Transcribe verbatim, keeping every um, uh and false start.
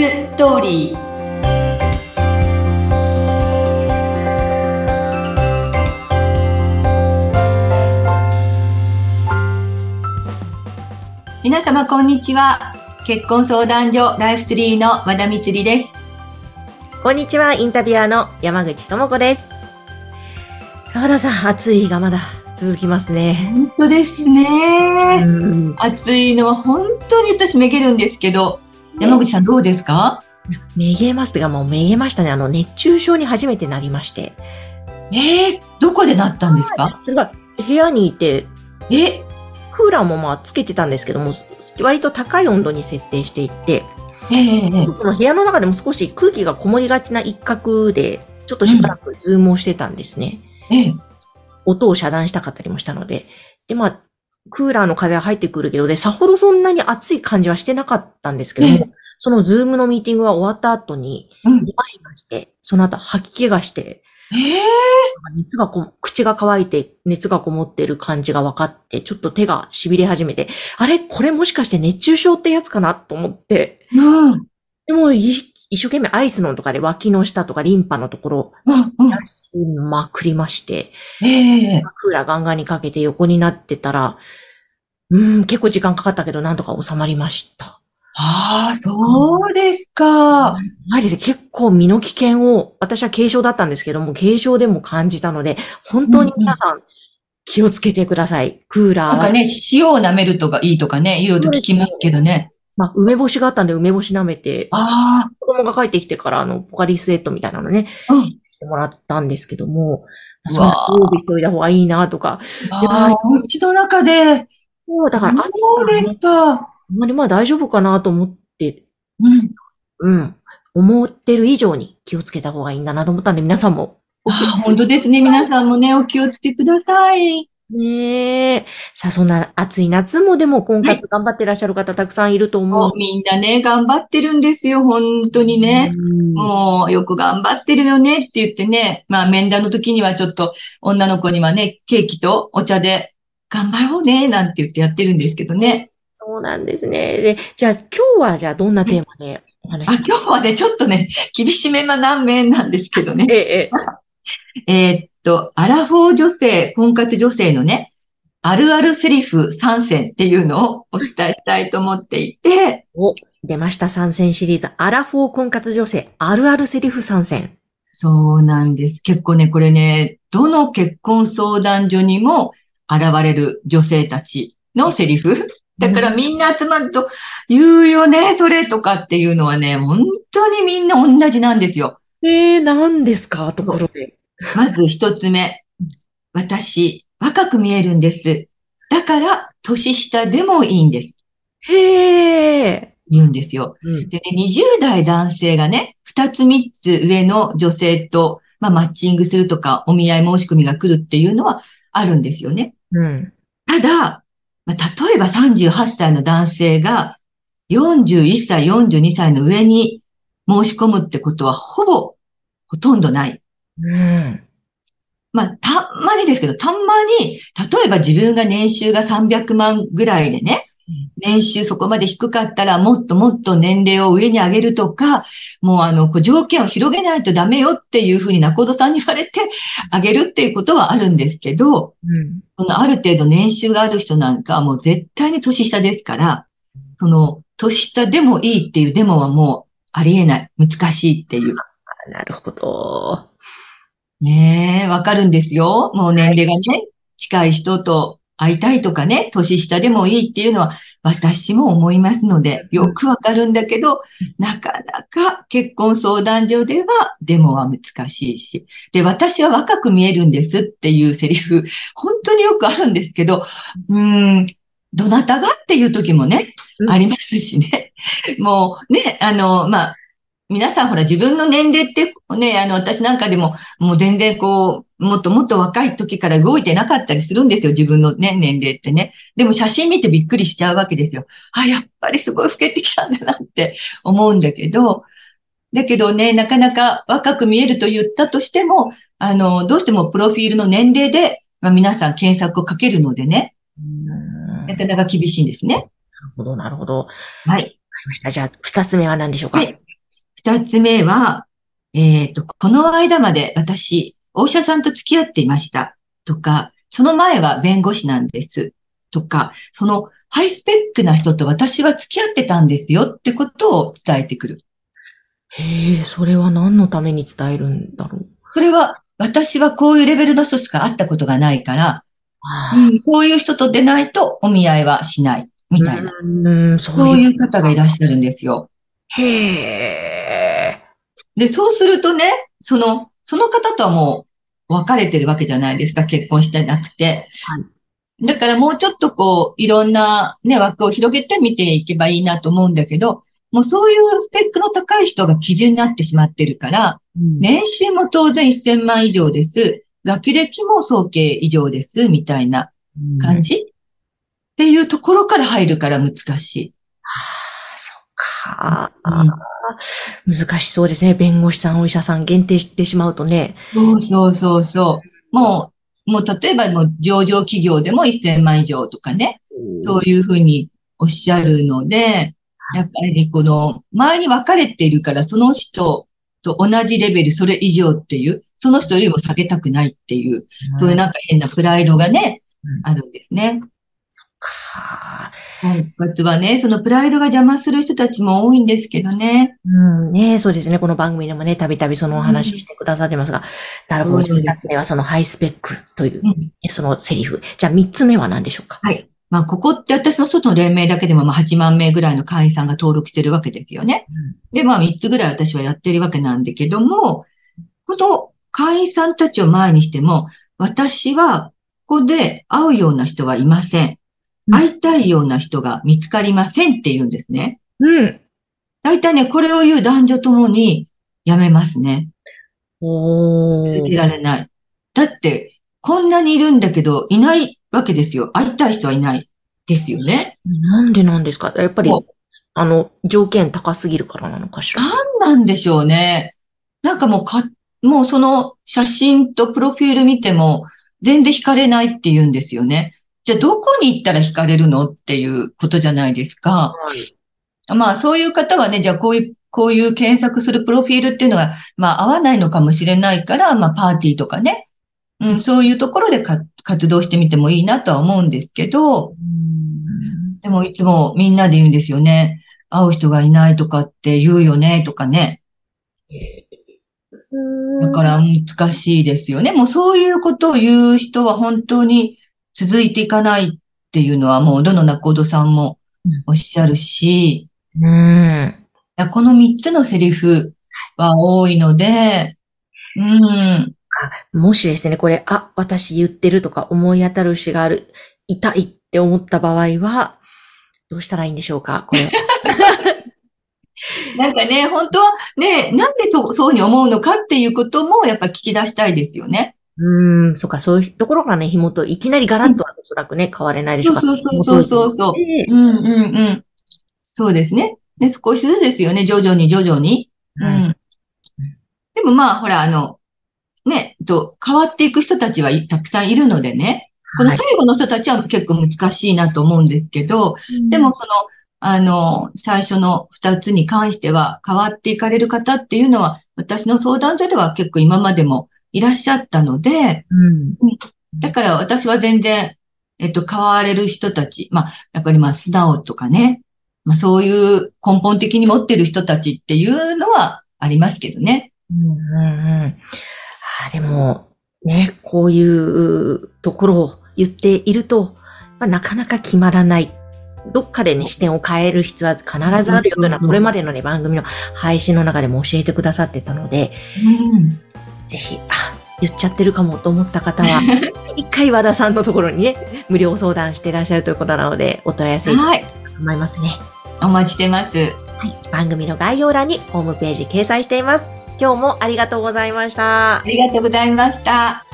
ストーリー。皆様こんにちは。結婚相談所ライフツリーの和田光です。 こんにちは。インタビュアーの山口智子です。和田さん、暑い日がまだ続きますね。 本当ですね。暑いのは本当に私めげるんですけど、山口さんどうですか？ めげますってか、もうめげましたね。あの、熱中症に初めてなりまして。 えー、どこでなったんですか？ それが部屋にいて、 えクーラーもまあつけてたんですけども、割と高い温度に設定していて、 えー、 その部屋の中でも少し空気がこもりがちな一角で、ちょっとしばらくズームをしてたんですね。 うん、えー、 音を遮断したかったりもしたので。で、まあ、クーラーの風が入ってくるけど、で、さほどそんなに暑い感じはしてなかったんですけども、えー、そのズームのミーティングが終わった後に、うん、いまして、その後吐き気がして、 えー、 熱がこ、口が乾いて熱がこもってる感じが分かって、ちょっと手が痺れ始めて、あれこれもしかして熱中症ってやつかなと思って、 うん、 でも一生懸命アイスのとかで脇の下とかリンパのところ、出しまくりまして、 うんえー、 クーラーガンガンにかけて横になってたら、うん、結構時間かかったけどなんとか収まりました。 ああ、そうですか。 はいですね。結構身の危険を、私は軽症だったんですけども、軽症でも感じたので、本当に皆さん気をつけてください。クーラーは。 なんかね、塩を舐めるとかいいとかね、いろいろと聞きますけどね。 まあ、梅干しがあったんで梅干し舐めて、 ああ。 子供が帰ってきてから、あの、ポカリスエットみたいなのね、 うん。 してもらったんですけども、そんな装備しといた方がいいなとか。 ああ、お家の中で。 そう、だから暑さ、ね、 そうですか。あんまりまあ大丈夫かなと思って、 うん。 うん。思ってる以上に気をつけた方がいいんだなと思ったんで、皆さんも。 ああ、本当ですね。皆さんもね、お気をつけください。 ねえ。さあ、そんな暑い夏もでも婚活頑張ってらっしゃる方たくさんいると思う。 はい、みんなね、頑張ってるんですよ。本当にね。もう、よく頑張ってるよねって言ってね。まあ、面談の時にはちょっと、女の子にはね、ケーキとお茶で、頑張ろうね、なんて言ってやってるんですけどね。 そうなんですね。で、じゃあ今日はじゃあどんなテーマでお話しあ、今日はね、ちょっとね、厳しめな難面なんですけどね。 ええ、 ええっと、アラフォー女性、婚活女性のね、あるあるセリフさん選っていうのをお伝えしたいと思っていて。 お、出ましたさん選シリーズ。アラフォー婚活女性、あるあるセリフさん選。 そうなんです。結構ね、これね、どの結婚相談所にも現れる女性たちのセリフ。だからみんな集まると言うよね、それとかっていうのはね、本当にみんな同じなんですよ。 えー、何ですかところで。 まず一つ目。私、若く見えるんです。だから、年下でもいいんです。 へー。 言うんですよ。 うん、 でね、にじゅう代男性がね、ふたつみっつ上の女性と、まあ、マッチングするとか、お見合い申し込みが来るっていうのはあるんですよね。 うん。 ただ、まあ、例えばさんじゅうはっさいの男性がよんじゅういっさい、よんじゅうにさいの上に申し込むってことはほぼ、ほとんどない。 うん。 まあ、たまにですけど、たまに、例えば自分が年収がさんびゃくまんぐらいでね、年収そこまで低かったらもっともっと年齢を上に上げるとか、もうあの、こう条件を広げないとダメよっていうふうに中戸さんに言われてあげるっていうことはあるんですけど、 うん、 そのある程度年収がある人なんかはもう絶対に年下ですから、その年下でもいいっていうデモはもうありえない。難しいっていう。 なるほど。 ねえ、わかるんですよ。もう年齢がね、近い人と会いたいとかね、年下でもいいっていうのは私も思いますので、よくわかるんだけど、なかなか結婚相談所ではデモは難しいし。で、私は若く見えるんですっていうセリフ、本当によくあるんですけど、うーん、どなたがっていう時もね、ありますしね。もうね、あの、まあ、皆さんほら自分の年齢ってね、あの私なんかでももう全然こう、もっともっと若い時から動いてなかったりするんですよ。自分のね、年齢ってね。でも写真見てびっくりしちゃうわけですよ。あ、やっぱりすごい老けてきたんだなって思うんだけど、だけどね、なかなか若く見えると言ったとしても、あの、どうしてもプロフィールの年齢で、まあ、皆さん検索をかけるのでね、なかなか厳しいんですね。 なるほど、なるほど。 はい。わかりました。じゃあ、二つ目は何でしょうか？ はい。 二つ目は、えっと、この間まで私、お医者さんと付き合っていました。とか、その前は弁護士なんです。とか、そのハイスペックな人と私は付き合ってたんですよってことを伝えてくる。 へえ、それは何のために伝えるんだろう。 それは、私はこういうレベルの人しか会ったことがないから、うああ、 ん、こういう人と出ないとお見合いはしない、みたいな。 うん、そういう。 そういう方がいらっしゃるんですよ。 へえ。 で、そうするとね、その、その方とはもう別れてるわけじゃないですか、結婚してなくて。 はい。 だからもうちょっとこう、いろんなね、枠を広げて見ていけばいいなと思うんだけど、もうそういうスペックの高い人が基準になってしまってるから、 うん。 年収も当然せんまん以上です。学歴も総計以上です、みたいなうん。 感じっていうところから入るから難しい。 ああ、そっか。 うん。 難しそうですね。弁護士さん、お医者さん限定してしまうとね。 そうそうそうそう。もう、もう例えばもう上場企業でもせんまん以上とかね。そういうふうにおっしゃるので、やっぱりこの前に分かれているからその人と同じレベル、それ以上っていう、その人よりも下げたくないっていう、そういうなんか変なプライドがね、あるんですね。 か。 婚活はね、そのプライドが邪魔する人たちも多いんですけどね。 うん、ね、そうですね。この番組でもね、たびたびそのおうん。 話ししてくださってますが。なるほど。じゃあ二そうです。 つ目はそのハイスペックという、 うん。 ねそのセリフ。じゃあ三つ目は何でしょうか？ はい。まあ、ここって私の外の連盟だけでもまあはちまん名ぐらいの会員さんが登録してるわけですよね。 うん。 で、まあみっつぐらい私はやってるわけなんだけども、この会員さんたちを前にしても、私はここで会うような人はいません。 うん。 会いたいような人が見つかりませんって言うんですね。 うん。 大体ね、これを言う男女ともにやめますね。続おー。 けられない。だって、こんなにいるんだけど、いないわけですよ。会いたい人はいないですよね。 なんでなんですか？やっぱり、 もう、 あの、条件高すぎるからなのかしら。 なんなんでしょうね。なんかもうか、もうその写真とプロフィール見ても、全然惹かれないって言うんですよね。じゃあどこに行ったら惹かれるのっていうことじゃないですか。 はい。 まあそういう方はね、じゃあこういう、こういう検索するプロフィールっていうのが、まあ合わないのかもしれないから、まあパーティーとかね、うん、そういうところでか活動してみてもいいなとは思うんですけど、 うん。 でもいつもみんなで言うんですよね。会う人がいないとかって言うよね、とかね。だから難しいですよね。もうそういうことを言う人は本当に続いていかないっていうのはもうどの仲人さんもおっしゃるし、 うん。 このみっつのセリフは多いので、うん、 か、もしですね、これ、あ、私言ってるとか思い当たる節がある、痛いって思った場合は、どうしたらいいんでしょうか？これは。 なんかね、本当はね、なんでそうそうに思うのかっていうこともやっぱ聞き出したいですよね。 うーん、そっか、そういうところからね、紐と、いきなりガラッとはおそらくね、変われないでしょうから、 そうそうそうそう紐解いていっそうそう。うて、 んうんうん。そうですね。で、少しずつですよね。徐々に徐々に。うはい。 ん。でもまあ、ほら、あの、ね、と、変わっていく人たちはいたくさんいるのでね。このはい。 最後の人たちは結構難しいなと思うんですけど、 うん。 でもその、あの、最初の二つに関しては変わっていかれる方っていうのは、私の相談所では結構今までもいらっしゃったので、 うん。 うん、だから私は全然、えっと、変われる人たち、まあ、やっぱりまあ、素直とかね、まあ、そういう根本的に持ってる人たちっていうのはありますけどね。 うん、うん、うん。ああ、でも、ね、こういうところを言っていると、まあ、なかなか決まらない。どっかでね、視点を変える必要は必ずあるよというのは、これまでのね、番組の配信の中でも教えてくださってたので、 うん。 ぜひ、あ、言っちゃってるかもと思った方は、一回和田さんのところにね、無料相談していらっしゃるということなので、お問い合わせいただはい。 ければと思いますね。 お待ちしてます。 はい。番組の概要欄にホームページ掲載しています。今日もありがとうございました。 ありがとうございました。